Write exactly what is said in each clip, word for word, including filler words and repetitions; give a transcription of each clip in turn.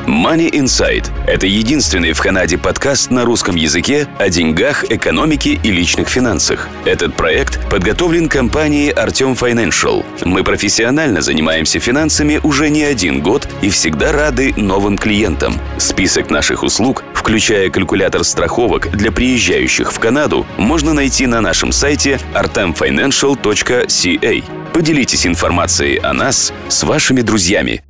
Money Inside – это единственный в Канаде подкаст на русском языке о деньгах, экономике и личных финансах. Этот проект подготовлен компанией Artem Financial. Мы профессионально занимаемся финансами уже не один год и всегда рады новым клиентам. Список наших услуг, включая калькулятор страховок для приезжающих в Канаду, можно найти на нашем сайте artem financial точка си эй. Поделитесь информацией о нас с вашими друзьями.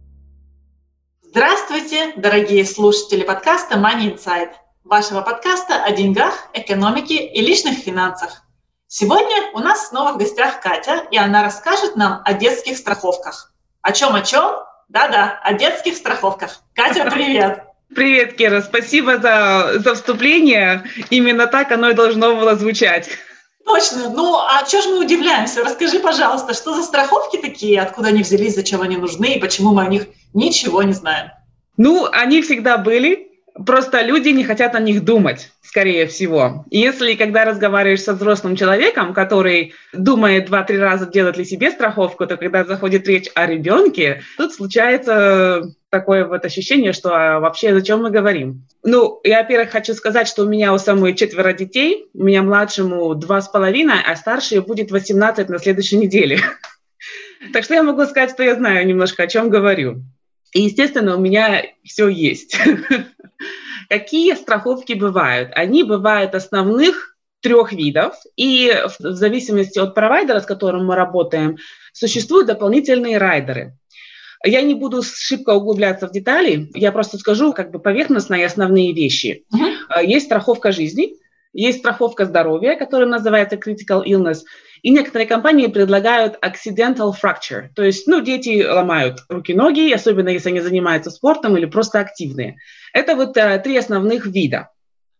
Здравствуйте, дорогие слушатели подкаста Money Inside, вашего подкаста о деньгах, экономике и личных финансах. Сегодня у нас снова в гостях Катя, и она расскажет нам о детских страховках. О чем, о чем? Да-да, о детских страховках. Катя, привет! Привет, Кира, спасибо за, за вступление. Именно так оно и должно было звучать. Точно. Ну, а что же мы удивляемся? Расскажи, пожалуйста, что за страховки такие, откуда они взялись, зачем они нужны и почему мы о них ничего не знаем? Ну, они всегда были, просто люди не хотят о них думать, скорее всего. И если, когда разговариваешь со взрослым человеком, который думает два-три раза, делать ли себе страховку, то когда заходит речь о ребенке, тут случается такое вот ощущение, что а вообще о чем мы говорим. Ну, я, во-первых, хочу сказать, что у меня у самой четверо детей, у меня младшему два с половиной, а старшей будет восемнадцать на следующей неделе. Так что я могу сказать, что я знаю немножко, о чем говорю. И, естественно, у меня все есть. Какие страховки бывают? Они бывают основных трех видов, и в зависимости от провайдера, с которым мы работаем, существуют дополнительные райдеры. Я не буду шибко углубляться в детали, я просто скажу как бы поверхностные основные вещи. Uh-huh. Есть страховка жизни, есть страховка здоровья, которая называется critical illness, и некоторые компании предлагают accidental fracture, то есть ну, дети ломают руки-ноги, особенно если они занимаются спортом или просто активные. Это вот а, три основных вида.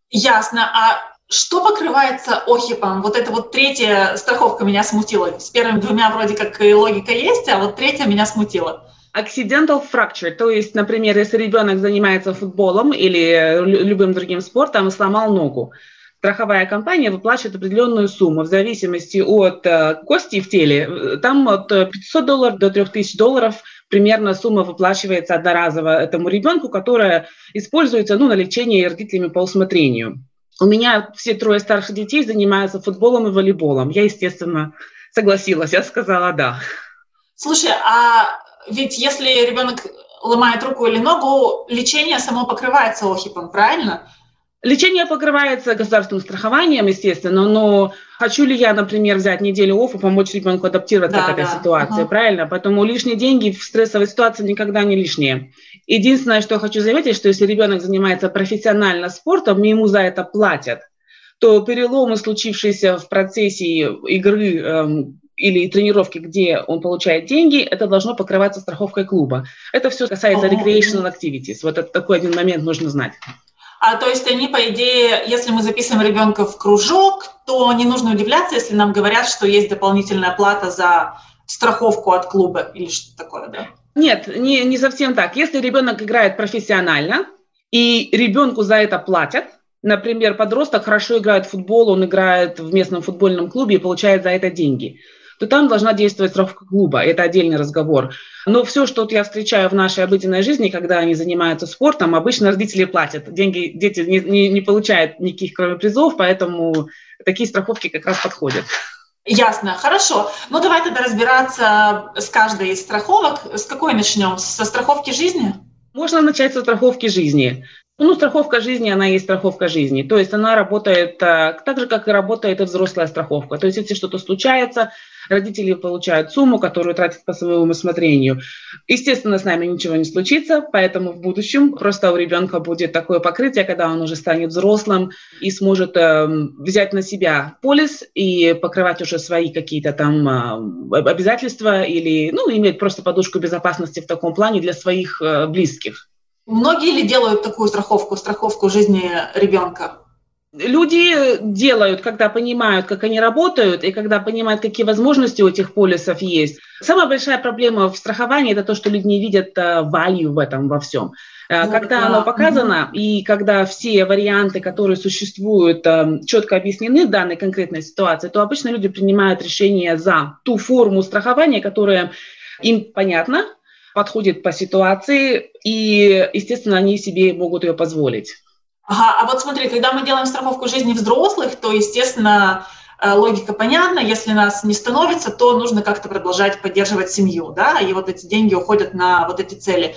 Ясно. А что покрывается ОХИПом? Вот эта вот третья страховка меня смутила. С первыми двумя вроде как и логика есть, а вот третья меня смутила. Accidental fracture, то есть, например, если ребенок занимается футболом или любым другим спортом и сломал ногу, страховая компания выплачивает определенную сумму в зависимости от э, кости в теле. Там от пятисот долларов до трёх тысяч долларов примерно сумма выплачивается одноразово этому ребенку, которая используется ну, на лечение родителями по усмотрению. У меня все трое старших детей занимаются футболом и волейболом. Я, естественно, согласилась, я сказала «да». Слушай, а ведь если ребенок ломает руку или ногу, лечение само покрывается ОХИПом, правильно? Лечение покрывается государственным страхованием, естественно, но хочу ли я, например, взять неделю офф и помочь ребенку адаптироваться да, к этой да. ситуации, uh-huh. правильно? Поэтому лишние деньги в стрессовой ситуации никогда не лишние. Единственное, что я хочу заметить, что если ребенок занимается профессионально спортом, и ему за это платят, то переломы, случившиеся в процессе игры эм, или тренировки, где он получает деньги, это должно покрываться страховкой клуба. Это все касается uh-huh. recreational activities. Вот это такой один момент нужно знать. А то есть они, по идее, если мы записываем ребенка в кружок, то не нужно удивляться, если нам говорят, что есть дополнительная плата за страховку от клуба или что-то такое, да? Нет, не, не совсем так. Если ребенок играет профессионально, и ребенку за это платят, например, подросток хорошо играет в футбол, он играет в местном футбольном клубе и получает за это деньги, то там должна действовать страховка клуба. Это отдельный разговор. Но все, что вот я встречаю в нашей обыденной жизни, когда они занимаются спортом, обычно родители платят. Деньги дети не, не, не получают никаких, кроме призов, поэтому такие страховки как раз подходят. Ясно, хорошо. Ну, давай тогда разбираться с каждой из страховок. С какой начнем? Со страховки жизни? Можно начать со страховки жизни. Ну, страховка жизни, она есть страховка жизни. То есть она работает так, так же, как и работает и взрослая страховка. То есть если что-то случается, родители получают сумму, которую тратят по своему усмотрению. Естественно, с нами ничего не случится, поэтому в будущем просто у ребенка будет такое покрытие, когда он уже станет взрослым и сможет э, взять на себя полис и покрывать уже свои какие-то там э, обязательства или ну, иметь просто подушку безопасности в таком плане для своих э, близких. Многие ли делают такую страховку, страховку жизни ребенка? Люди делают, когда понимают, как они работают, и когда понимают, какие возможности у этих полисов есть. Самая большая проблема в страховании – это то, что люди не видят value в этом во всем. Ну, когда да. оно показано, mm-hmm. и когда все варианты, которые существуют, четко объяснены в данной конкретной ситуации, то обычно люди принимают решение за ту форму страхования, которая им понятна, подходит по ситуации, и, естественно, они себе могут ее позволить. Ага, а вот смотри, когда мы делаем страховку жизни взрослых, то, естественно, логика понятна, если нас не становится, то нужно как-то продолжать поддерживать семью, да, и вот эти деньги уходят на вот эти цели.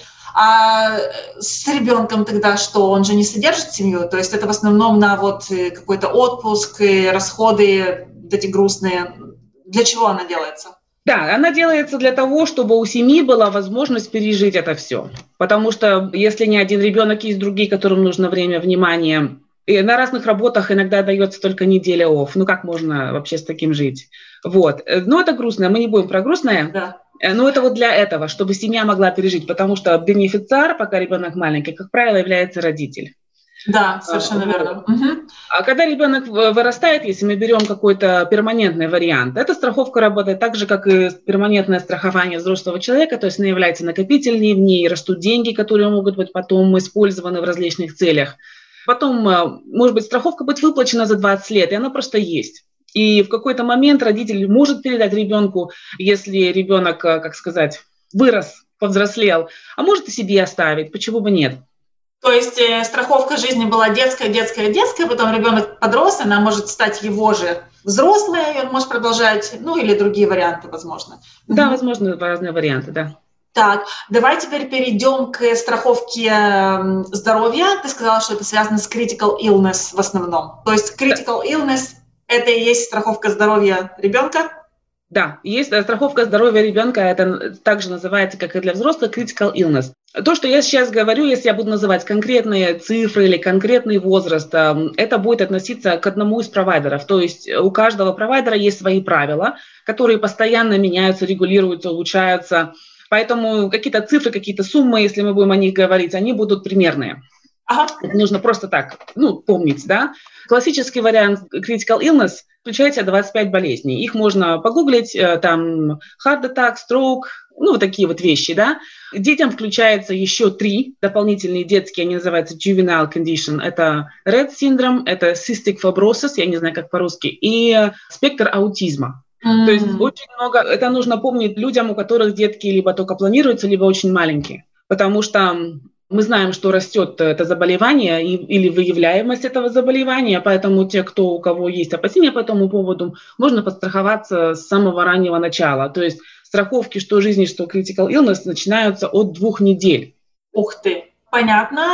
А с ребенком тогда что? Он же не содержит семью, то есть это в основном на вот какой-то отпуск, расходы вот эти грустные. Для чего она делается? Да, она делается для того, чтобы у семьи была возможность пережить это все. Потому что если не один ребенок, есть другие, которым нужно время, внимание. И на разных работах иногда дается только неделя офф. Ну как можно вообще с таким жить? Вот. Но это грустное, мы не будем про грустное. Да. Но это вот для этого, чтобы семья могла пережить. Потому что бенефициар, пока ребенок маленький, как правило, является родитель. Да, совершенно а, верно. Угу. А когда ребенок вырастает, если мы берем какой-то перманентный вариант, эта страховка работает так же, как и перманентное страхование взрослого человека, то есть она является накопительной, в ней растут деньги, которые могут быть потом использованы в различных целях. Потом, может быть, страховка будет выплачена за двадцать лет, и она просто есть. И в какой-то момент родитель может передать ребенку, если ребенок, как сказать, вырос, повзрослел, а может и себе оставить, почему бы нет. То есть э, страховка жизни была детская, детская, детская, потом ребенок подрос, она может стать его же взрослой, и он может продолжать, ну или другие варианты, возможно. Да, угу. Возможно, разные варианты, да. Так, давай теперь перейдем к страховке здоровья. Ты сказала, что это связано с critical illness в основном. То есть critical illness – это и есть страховка здоровья ребенка? Да, есть страховка здоровья ребенка, это также называется, как и для взрослых, critical illness. То, что я сейчас говорю, если я буду называть конкретные цифры или конкретный возраст, это будет относиться к одному из провайдеров. То есть у каждого провайдера есть свои правила, которые постоянно меняются, регулируются, улучшаются. Поэтому какие-то цифры, какие-то суммы, если мы будем о них говорить, они будут примерные. Ага. Это нужно просто так, ну, помнить, да. Классический вариант critical illness включает в себя двадцать пять болезней. Их можно погуглить, там heart attack, stroke, ну, вот такие вот вещи, да. Детям включается еще три дополнительные детские, они называются juvenile condition. Это Rett syndrome, это cystic fibrosis, я не знаю, как по-русски, и спектр аутизма. Mm-hmm. То есть очень много, это нужно помнить людям, у которых детки либо только планируются, либо очень маленькие, потому что мы знаем, что растет это заболевание и, или выявляемость этого заболевания, поэтому те, кто, у кого есть опасения по этому поводу, можно подстраховаться с самого раннего начала. То есть страховки что жизни, что critical illness начинаются от двух недель. Ух ты, понятно.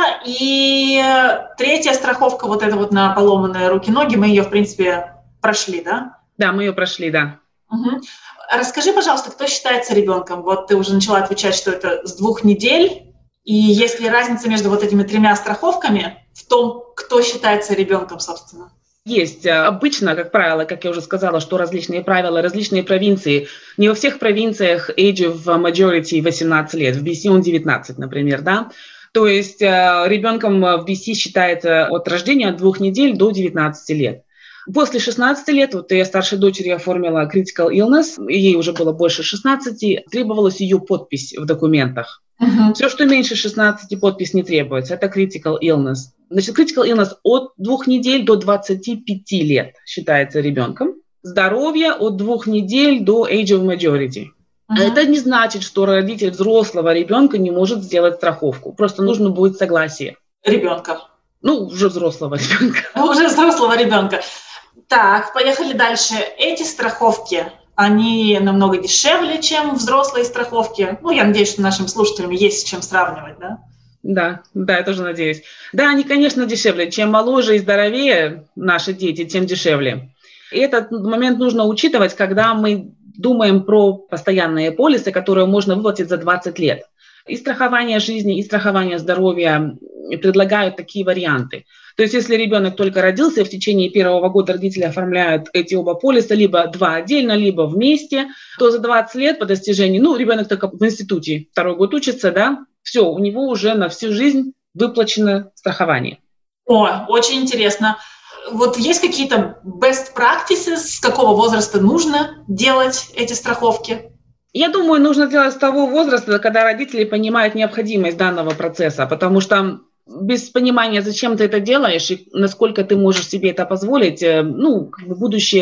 И третья страховка, вот эта вот на поломанные руки-ноги, мы ее, в принципе, прошли, да? Да, мы ее прошли, да. Угу. Расскажи, пожалуйста, кто считается ребенком? Вот ты уже начала отвечать, что это с двух недель. И есть ли разница между вот этими тремя страховками в том, кто считается ребенком, собственно? Есть. Обычно, как правило, как я уже сказала, что различные правила, различные провинции. Не во всех провинциях age of majority восемнадцать лет, в би си он девятнадцать, например, да. То есть ребенком в би си считается от рождения от двух недель до девятнадцати лет. После шестнадцати лет, вот я старшей дочери оформила critical illness, ей уже было больше шестнадцати, требовалась ее подпись в документах. Uh-huh. Все, что меньше шестнадцати, подпись не требуется. Это critical illness. Значит, critical illness от двух недель до двадцати пяти лет считается ребенком. Здоровье от двух недель до age of majority. Uh-huh. Это не значит, что родитель взрослого ребенка не может сделать страховку. Просто нужно будет согласие. Ребенка. Ну, уже взрослого ребенка. Уже взрослого ребенка. Так, поехали дальше. Эти страховки, они намного дешевле, чем взрослые страховки. Ну, я надеюсь, что нашим слушателям есть с чем сравнивать, да? Да, да, я тоже надеюсь. Да, они, конечно, дешевле. Чем моложе и здоровее наши дети, тем дешевле. И этот момент нужно учитывать, когда мы думаем про постоянные полисы, которые можно выплатить за двадцать лет. И страхование жизни, и страхование здоровья предлагают такие варианты. То есть если ребенок только родился, и в течение первого года родители оформляют эти оба полиса, либо два отдельно, либо вместе, то за двадцать лет по достижении, ну, ребенок только в институте второй год учится, да, все, у него уже на всю жизнь выплачено страхование. О, очень интересно. Вот есть какие-то best practices, с какого возраста нужно делать эти страховки? Я думаю, нужно делать с того возраста, когда родители понимают необходимость данного процесса, потому что без понимания, зачем ты это делаешь и насколько ты можешь себе это позволить, ну, как бы будущее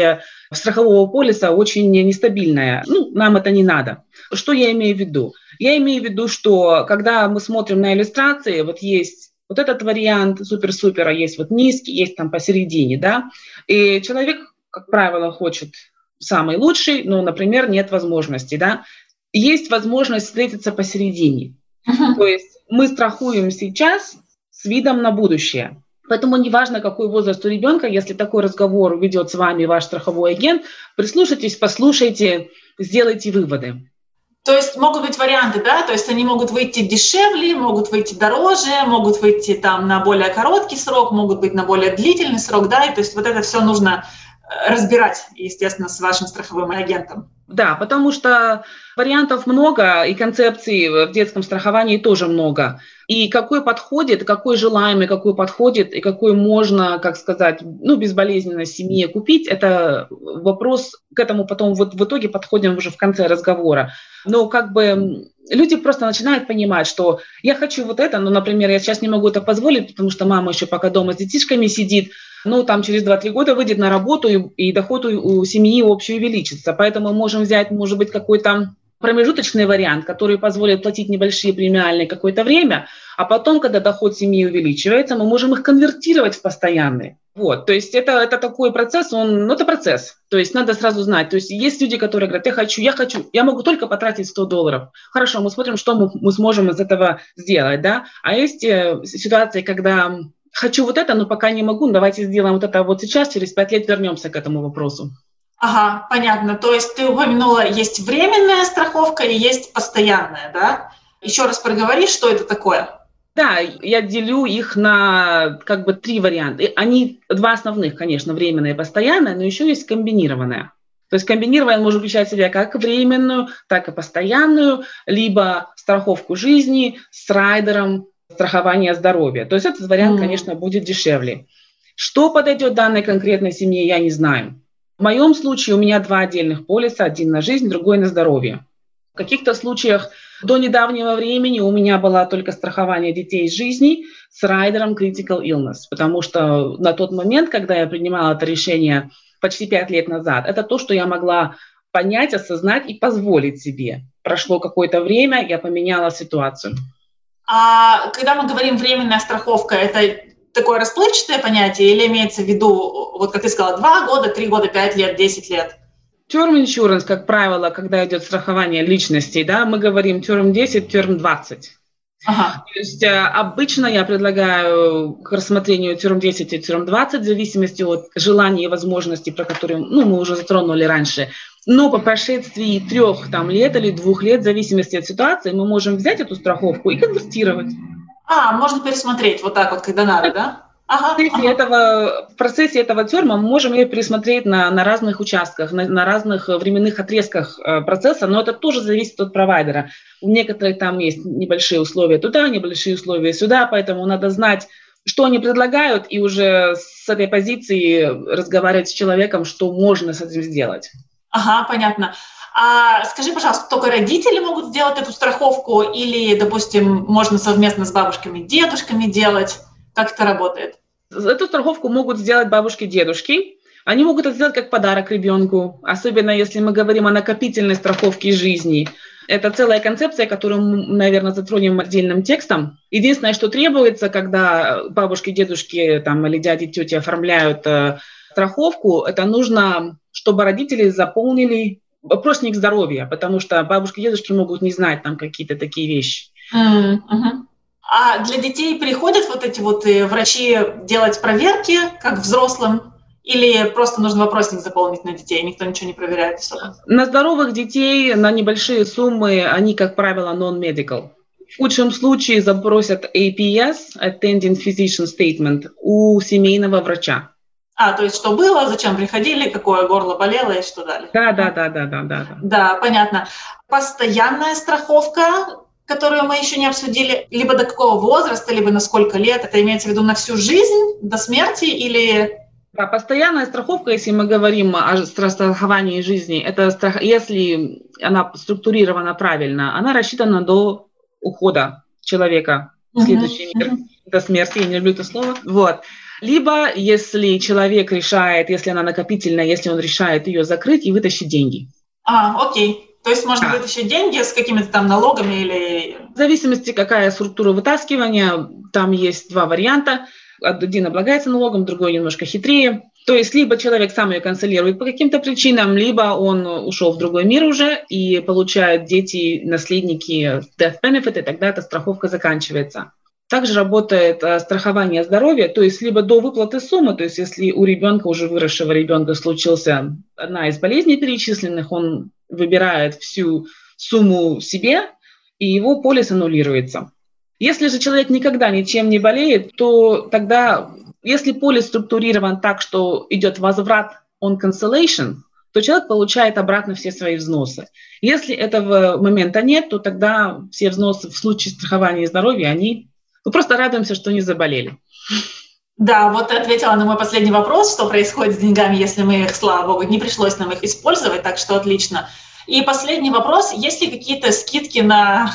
страхового полиса очень нестабильная. Ну, нам это не надо. Что я имею в виду? Я имею в виду, что когда мы смотрим на иллюстрации, вот есть вот этот вариант супер-супера, есть вот низкий, есть там посередине, да, и человек, как правило, хочет самый лучший, но, например, нет возможности, да. Есть возможность встретиться посередине. Uh-huh. То есть мы страхуем сейчас с видом на будущее. Поэтому неважно, какой возраст у ребенка, если такой разговор ведет с вами ваш страховой агент, прислушайтесь, послушайте, сделайте выводы. То есть могут быть варианты, да? То есть они могут выйти дешевле, могут выйти дороже, могут выйти там на более короткий срок, могут быть на более длительный срок, да? И то есть вот это все нужно разбирать, естественно, с вашим страховым агентом. Да, потому что вариантов много, и концепций в детском страховании тоже много. И какой подходит, какой желаемый, какой подходит, и какой можно, как сказать, ну, безболезненно семье купить, это вопрос, к этому потом вот в итоге подходим уже в конце разговора. Но как бы люди просто начинают понимать, что я хочу вот это, но, например, я сейчас не могу это позволить, потому что мама еще пока дома с детишками сидит, ну, там через два-три года выйдет на работу, и, и доход у, у семьи общий увеличится. Поэтому мы можем взять, может быть, какой-то промежуточный вариант, который позволит платить небольшие премиальные какое-то время, а потом, когда доход семьи увеличивается, мы можем их конвертировать в постоянные. Вот, то есть это, это такой процесс, он, ну, это процесс. То есть надо сразу знать. То есть есть люди, которые говорят, я хочу, я хочу, я могу только потратить сто долларов. Хорошо, мы смотрим, что мы, мы сможем из этого сделать, да. А есть э, ситуации, когда хочу вот это, но пока не могу, давайте сделаем вот это вот сейчас, через пять лет вернемся к этому вопросу. Ага, понятно. То есть ты упомянула, есть временная страховка и есть постоянная, да? Еще раз проговори, что это такое? Да, я делю их на как бы три варианта. Они два основных, конечно, временная и постоянная, но еще есть комбинированная. То есть комбинированная может включать в себя как временную, так и постоянную, либо страховку жизни с райдером страхования здоровья. То есть этот вариант, mm. конечно, будет дешевле. Что подойдет данной конкретной семье, я не знаю. В моем случае у меня два отдельных полиса, один на жизнь, другой на здоровье. В каких-то случаях до недавнего времени у меня было только страхование детей из жизни с райдером Critical Illness, потому что на тот момент, когда я принимала это решение почти пять лет назад, это то, что я могла понять, осознать и позволить себе. Прошло какое-то время, я поменяла ситуацию. А когда мы говорим временная страховка, это такое расплывчатое понятие или имеется в виду, вот как ты сказала, два года, три года, пять лет, десять лет? Term insurance, как правило, когда идет страхование личностей, да, мы говорим term десять, term двадцать. Ага. То есть обычно я предлагаю к рассмотрению term десять и term двадцать в зависимости от желаний и возможностей, про которые, ну, мы уже затронули раньше. Но по прошествии трех там, лет или двух лет, в зависимости от ситуации, мы можем взять эту страховку и конвертировать. А, можно пересмотреть вот так вот, когда надо, да? Ага, в, процессе ага. этого, в процессе этого терма мы можем ее пересмотреть на, на разных участках, на, на разных временных отрезках э, процесса, но это тоже зависит от провайдера. У некоторых там есть небольшие условия туда, небольшие условия сюда, поэтому надо знать, что они предлагают, и уже с этой позиции разговаривать с человеком, что можно с этим сделать. Ага, понятно. А скажи, пожалуйста, только родители могут сделать эту страховку или, допустим, можно совместно с бабушками, дедушками делать? Как это работает? Эту страховку могут сделать бабушки и дедушки. Они могут это сделать как подарок ребенку, особенно если мы говорим о накопительной страховке жизни. Это целая концепция, которую мы, наверное, затронем отдельным текстом. Единственное, что требуется, когда бабушки, дедушки там, или дяди, тети оформляют э, страховку, это нужно, чтобы родители заполнили опросник здоровья, потому что бабушки и дедушки могут не знать там какие-то такие вещи. Mm-hmm. А для детей приходят вот эти вот врачи делать проверки, как взрослым, или просто нужно вопросник заполнить на детей, никто ничего не проверяет особо? На здоровых детей, на небольшие суммы, они, как правило, non-medical. В худшем случае запросят эй пи эс, Attending Physician Statement, у семейного врача. А, то есть что было, зачем приходили, какое горло болело и что далее? Да, да, да, да, да, да. Да, понятно. Постоянная страховка, которую мы еще не обсудили, либо до какого возраста, либо на сколько лет, это имеется в виду на всю жизнь, до смерти или... Да, постоянная страховка, если мы говорим о страховании жизни, это страх... если она структурирована правильно, она рассчитана до ухода человека в следующий мир, до смерти, я не люблю это слово. Вот. Либо, если человек решает, если она накопительная, если он решает ее закрыть и вытащить деньги. А, окей. То есть можно Да. вытащить деньги с какими-то там налогами или... В зависимости, какая структура вытаскивания, там есть два варианта. Один облагается налогом, другой немножко хитрее. То есть либо человек сам ее канцелирует по каким-то причинам, либо он ушел в другой мир уже и получают дети, наследники death benefit, и тогда эта страховка заканчивается. Также работает э, страхование здоровья, то есть либо до выплаты суммы, то есть если у ребенка, уже выросшего ребенка, случился одна из болезней перечисленных, он выбирает всю сумму себе, и его полис аннулируется. Если же человек никогда ничем не болеет, то тогда, если полис структурирован так, что идет возврат on cancellation, то человек получает обратно все свои взносы. Если этого момента нет, то тогда все взносы в случае страхования здоровья, они... Мы просто радуемся, что не заболели. Да, вот ты ответила на мой последний вопрос, что происходит с деньгами, если мы их, слава богу, не пришлось нам их использовать, так что отлично. И последний вопрос, есть ли какие-то скидки на,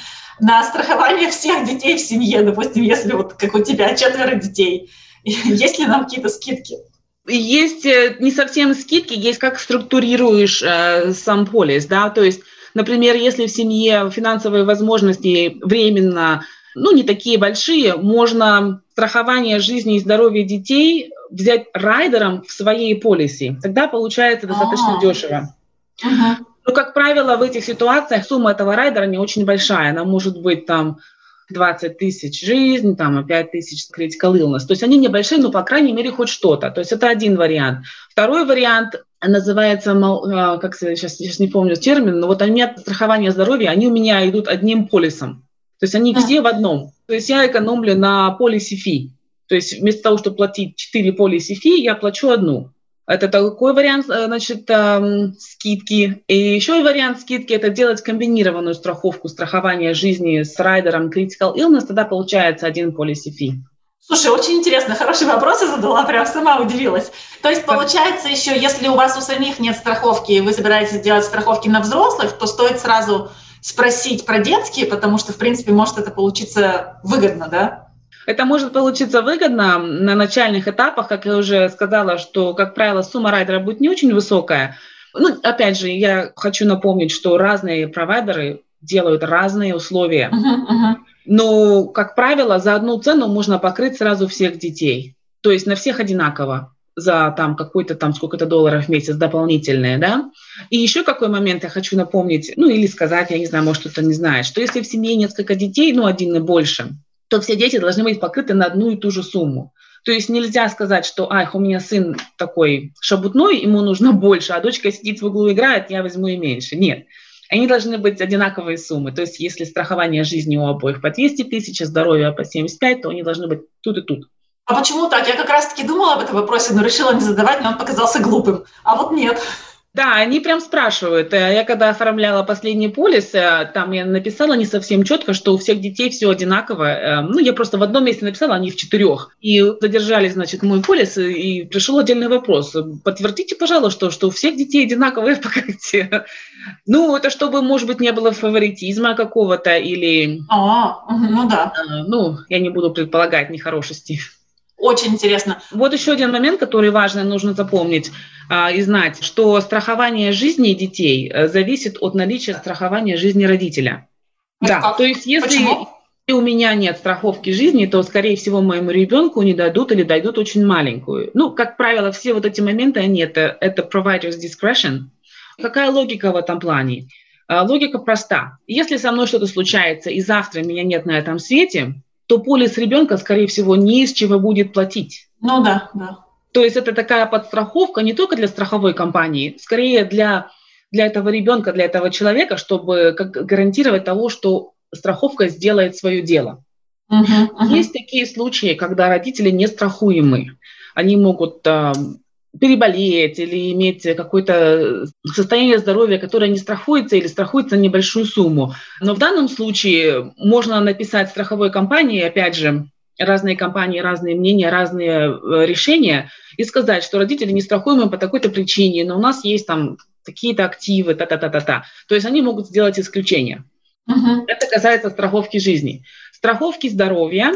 на страхование всех детей в семье, допустим, если вот как у тебя четверо детей, есть ли нам какие-то скидки? Есть не совсем скидки, есть как структурируешь э, сам полис, да, то есть, например, если в семье финансовые возможности временно ну, не такие большие, можно страхование жизни и здоровья детей взять райдером в своей полисе. Тогда получается достаточно А-а-а. дешево. Uh-huh. Но, как правило, в этих ситуациях сумма этого райдера не очень большая. Она может быть там двадцать тысяч жизнь, там пять тысяч critical illness. То есть они небольшие, но, по крайней мере, хоть что-то. То есть это один вариант. Второй вариант называется, как сейчас, сейчас не помню термин, но вот они от страхования здоровья, они у меня идут одним полисом. То есть они все в одном. То есть я экономлю на полисе фи. То есть вместо того, чтобы платить четыре полисе фи, я плачу одну. Это такой вариант, значит, эм, скидки. И еще вариант скидки – это делать комбинированную страховку страхования жизни с райдером critical illness, тогда получается один полисе фи. Слушай, очень интересно, хороший вопрос я задала, прям сама удивилась. То есть получается еще, если у вас у самих нет страховки, и вы собираетесь делать страховки на взрослых, то стоит сразу спросить про детские, потому что, в принципе, может это получиться выгодно, да? Это может получиться выгодно на начальных этапах, как я уже сказала, что, как правило, сумма райдера будет не очень высокая. Ну, опять же, я хочу напомнить, что разные провайдеры делают разные условия. Uh-huh, uh-huh. Но, как правило, за одну цену можно покрыть сразу всех детей. То есть на всех одинаково. За там какой-то там сколько-то долларов в месяц дополнительные, да. И еще какой момент я хочу напомнить, ну или сказать, я не знаю, может кто-то не знает, что если в семье несколько детей, ну один и больше, то все дети должны быть покрыты на одну и ту же сумму. То есть нельзя сказать, что ах, у меня сын такой шабутной, ему нужно больше, а дочка сидит в углу играет, я возьму и меньше. Нет. Они должны быть одинаковые суммы. То есть если страхование жизни у обоих по двести тысяч, а здоровья по семьдесят пять, то они должны быть тут и тут. А почему так? Я как раз-таки думала об этом вопросе, но решила не задавать, но он показался глупым. А вот нет. Да, они прям спрашивают. Я когда оформляла последний полис, там я написала не совсем четко, что у всех детей все одинаково. Ну, я просто в одном месте написала, они в четырех. И задержали, значит, мой полис, и пришел отдельный вопрос. Подтвердите, пожалуйста, что у всех детей одинаковое покрытие. Ну, это чтобы, может быть, не было фаворитизма какого-то или... А, ну да. Ну, я не буду предполагать нехорошести. Очень интересно. Вот еще один момент, который важно, нужно запомнить а, и знать, что страхование жизни детей а, зависит от наличия страхования жизни родителя. Это да, как? То есть если Почему? у меня нет страховки жизни, то, скорее всего, моему ребенку не дадут или дадут очень маленькую. Ну, как правило, все вот эти моменты, они это, это provider's discretion. Какая логика в этом плане? А, логика проста. Если со мной что-то случается, и завтра меня нет на этом свете, то полис ребенка, скорее всего, не из чего будет платить. Ну да, да. То есть это такая подстраховка не только для страховой компании, скорее для, для этого ребенка, для этого человека, чтобы как, гарантировать того, что страховка сделает свое дело. Uh-huh, uh-huh. Есть такие случаи, когда родители не страхуемы. Они могут э, переболеть или иметь какое-то состояние здоровья, которое не страхуется или страхуется на небольшую сумму. Но в данном случае можно написать страховой компании, опять же, разные компании, разные мнения, разные решения, и сказать, что родители не страхуемы по такой-то причине, но у нас есть там такие-то активы, та-та-та-та-та. То есть они могут сделать исключение. Uh-huh. Это касается страховки жизни. Страховки здоровья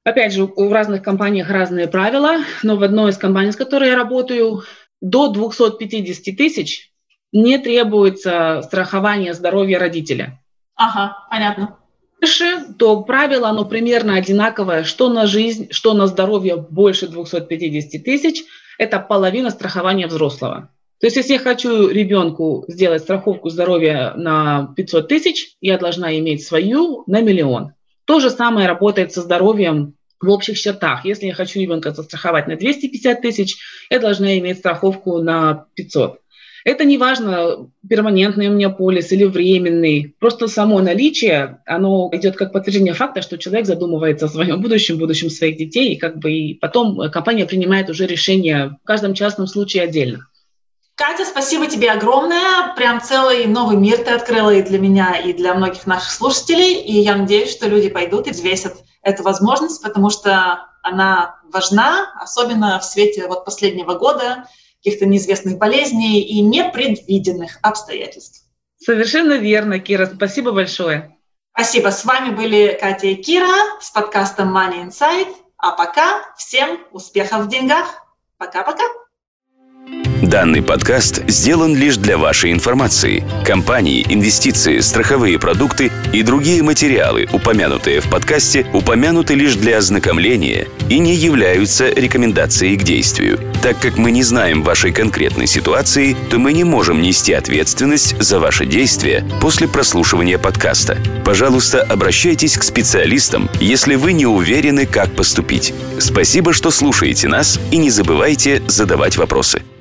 Опять же, у разных компаний разные правила, но в одной из компаний, с которой я работаю, до двести пятьдесят тысяч не требуется страхование здоровья родителя. Ага, понятно. Дальше, то правило, оно примерно одинаковое, что на жизнь, что на здоровье больше двухсот пятидесяти тысяч, это половина страхования взрослого. То есть, если я хочу ребенку сделать страховку здоровья на пятьсот тысяч, я должна иметь свою на миллион. То же самое работает со здоровьем в общих чертах. Если я хочу ребенка застраховать на двести пятьдесят тысяч, я должна иметь страховку на пятьсот. Это не важно, перманентный у меня полис или временный. Просто само наличие, оно идет как подтверждение факта, что человек задумывается о своем будущем, будущем своих детей, и как бы и потом компания принимает уже решение в каждом частном случае отдельно. Катя, спасибо тебе огромное. Прям целый новый мир ты открыла и для меня, и для многих наших слушателей. И я надеюсь, что люди пойдут и взвесят эту возможность, потому что она важна, особенно в свете вот последнего года, каких-то неизвестных болезней и непредвиденных обстоятельств. Совершенно верно, Кира. Спасибо большое. Спасибо. С вами были Катя и Кира с подкастом Money Insight. А пока всем успехов в деньгах. Пока-пока. Данный подкаст сделан лишь для вашей информации. Компании, инвестиции, страховые продукты и другие материалы, упомянутые в подкасте, упомянуты лишь для ознакомления и не являются рекомендацией к действию. Так как мы не знаем вашей конкретной ситуации, то мы не можем нести ответственность за ваши действия после прослушивания подкаста. Пожалуйста, обращайтесь к специалистам, если вы не уверены, как поступить. Спасибо, что слушаете нас, и не забывайте задавать вопросы.